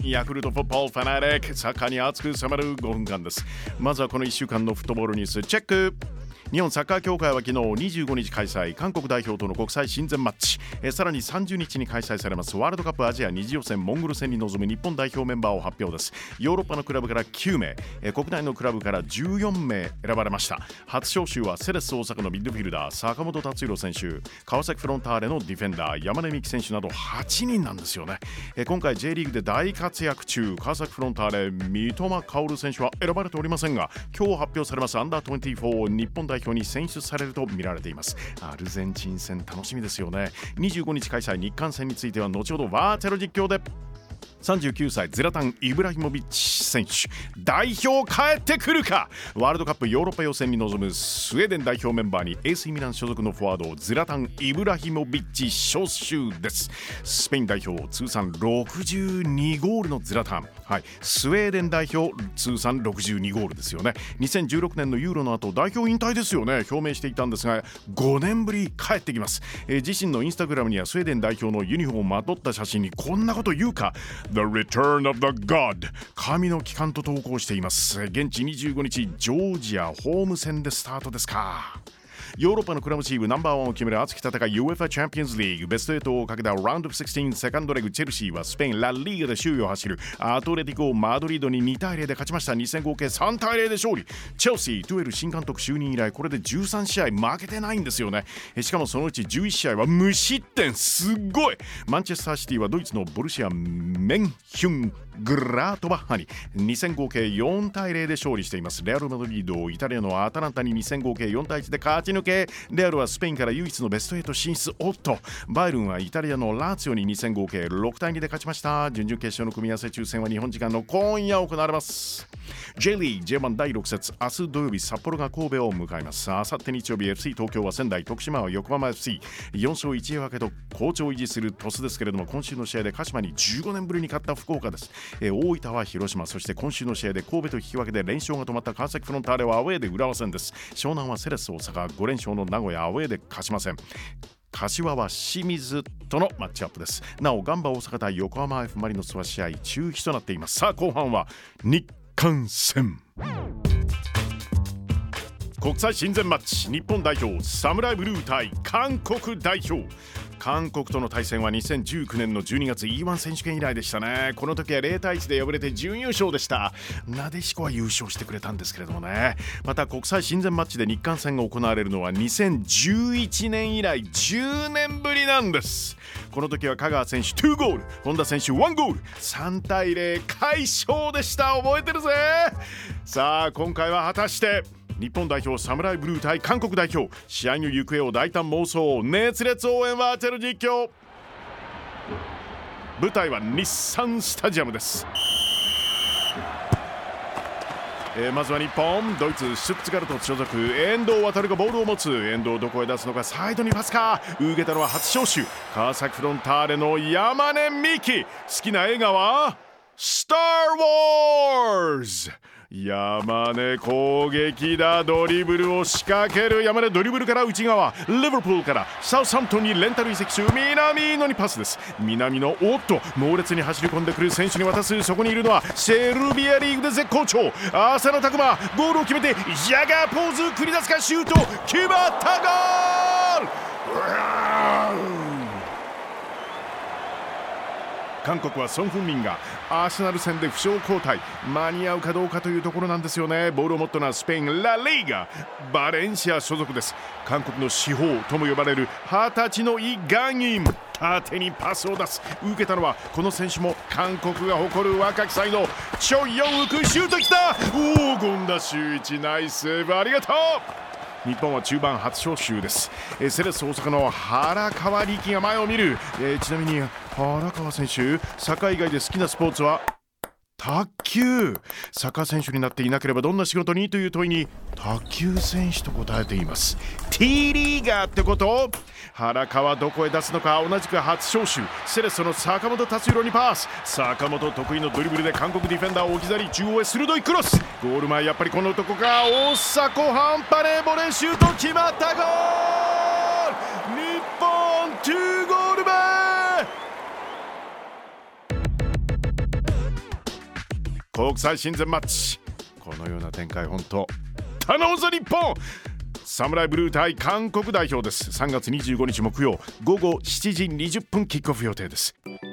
ヤクルトフットボールファナリック、サッカーに熱く迫る5分間です。まずはこの1週間のフットボールニュースチェック。日本サッカー協会は昨日25日開催、韓国代表との国際親善マッチ、さらに30日に開催されますワールドカップアジア2次予選モンゴル戦に臨む日本代表メンバーを発表です。ヨーロッパのクラブから9名、国内のクラブから14名選ばれました。初招集はセレッソ大阪のミッドフィルダー坂本達弘選手、川崎フロンターレのディフェンダー山根美希選手など8人なんですよね。今回 J リーグで大活躍中、川崎フロンターレ三笘薫選手は選ばれておりませんが、今日発表されますアンダー24日本代表に選出されると見られています。アルゼンチン戦楽しみですよね。25日開催日韓戦については後ほどバーチャル実況で。39歳ズラタン・イブラヒモビッチ選手、代表帰ってくるか。ワールドカップヨーロッパ予選に臨むスウェーデン代表メンバーに AC ミラン所属のフォワードズラタン・イブラヒモビッチ招集です。スペイン代表通算62ゴールのズラタン、スウェーデン代表通算62ゴールですよね。2016年のユーロの後代表引退ですよね、表明していたんですが5年ぶり帰ってきます。自身のインスタグラムにはスウェーデン代表のユニフォームをまとった写真にこんなこと言うか、The Return of the God、 神の帰還と投稿しています。現地25日ジョージアホーム戦でスタートですか。ヨーロッパのクラブチームナンバーワンを決める熱き戦い UEFA チャンピオンズリーグベスト8をかけたラウンドオブ16セカンドレグ、チェルシーはスペインラ・リーガで首位を走るアトレティコ・マドリードに2対0で勝ちました。2戦合計3対0で勝利。チェルシートゥエル新監督就任以来これで13試合負けてないんですよね。しかもそのうち11試合は無失点、すっごい。マンチェスターシティはドイツのボルシアメンヒュングラートバッハに2戦合計4対0で勝利しています。レアルマドリードイタリアのアタランタに2戦合計4対1で勝ち抜け、レアルはスペインから唯一のベスト8進出。バイルンはイタリアのラーツィオに2戦合計6対2で勝ちました。準々決勝の組み合わせ抽選は日本時間の今夜行われます。 J リーグ J1 第6節、明日土曜日札幌が神戸を迎えます。あさって日曜日 FC 東京は仙台、徳島は横浜 FC、 4勝1分けと好調を維持する鳥栖ですけれども、今週の試合で鹿島に15年ぶりに勝った福岡です。大分は広島、そして今週の試合で神戸と引き分けで連勝が止まった川崎フロンターレはアウェーで浦和戦です。湘南はセレッソ大阪、5連勝の名古屋アウェーで勝ちません。柏は清水とのマッチアップです。なおガンバ大阪対横浜 F マリノスは試合中止となっています。さあ後半は日韓戦、国際親善マッチ、日本代表サムライブルー対韓国代表。韓国との対戦は2019年の12月 E1 選手権以来でしたね。この時は0対1で敗れて準優勝でした。なでしこは優勝してくれたんですけれどもね。また国際親善マッチで日韓戦が行われるのは2011年以来10年ぶりなんです。この時は香川選手2ゴール、本田選手1ゴール、3対0快勝でした。覚えてるぜ。さあ今回は果たして日本代表サムライブルー対韓国代表、試合の行方を大胆妄想熱烈応援バーチャル実況。舞台は日産スタジアムです。まずは日本、ドイツシュッツガルト所属遠藤航がボールを持つ。遠藤どこへ出すのか、サイドにパスか。受けたのは初招集川崎フロンターレの山根美希。好きな映画はスター・ウォーズ。山根攻撃だ、ドリブルを仕掛ける。山根ドリブルから内側、リバプールからサウサンプトンにレンタル移籍中、南野にパスです。南野猛烈に走り込んでくる選手に渡す。そこにいるのはセルビアリーグで絶好調浅野拓磨、ゴールを決めてジャガーポーズ繰り出すか、シュート決まった。ゴール。韓国はソン・フンミンがアーセナル戦で負傷交代、間に合うかどうかというところなんですよね。ボールを持ったのはスペインラ・リーガバレンシア所属です。韓国の至宝とも呼ばれる20歳のイ・ガンイン、縦にパスを出す。受けたのはこの選手も韓国が誇る若き才能、チョ・ヨンウク。シュートきた。権田修一ナイスセーブ、ありがとう。日本は中盤初招集です。セレッソ大阪の原川力が前を見る。ちなみに原川選手、サッカー以外で好きなスポーツは卓球。サッカー選手になっていなければどんな仕事にという問いに卓球選手と答えています。 T リーガーってこと。原川どこへ出すのか。同じく初招集セレッソの坂本達弘にパス。坂本得意のドリブルで韓国ディフェンダーを置き去り、中央へ鋭いクロス。ゴール前やっぱりこの男か。大迫半端ねえボレーシュート決まった。ゴール。日本2ゴール目。 国際親善マッチ。このような展開、本当頼むぞ日本。サムライブルー対韓国代表です。3月25日木曜午後7時20分キックオフ予定です。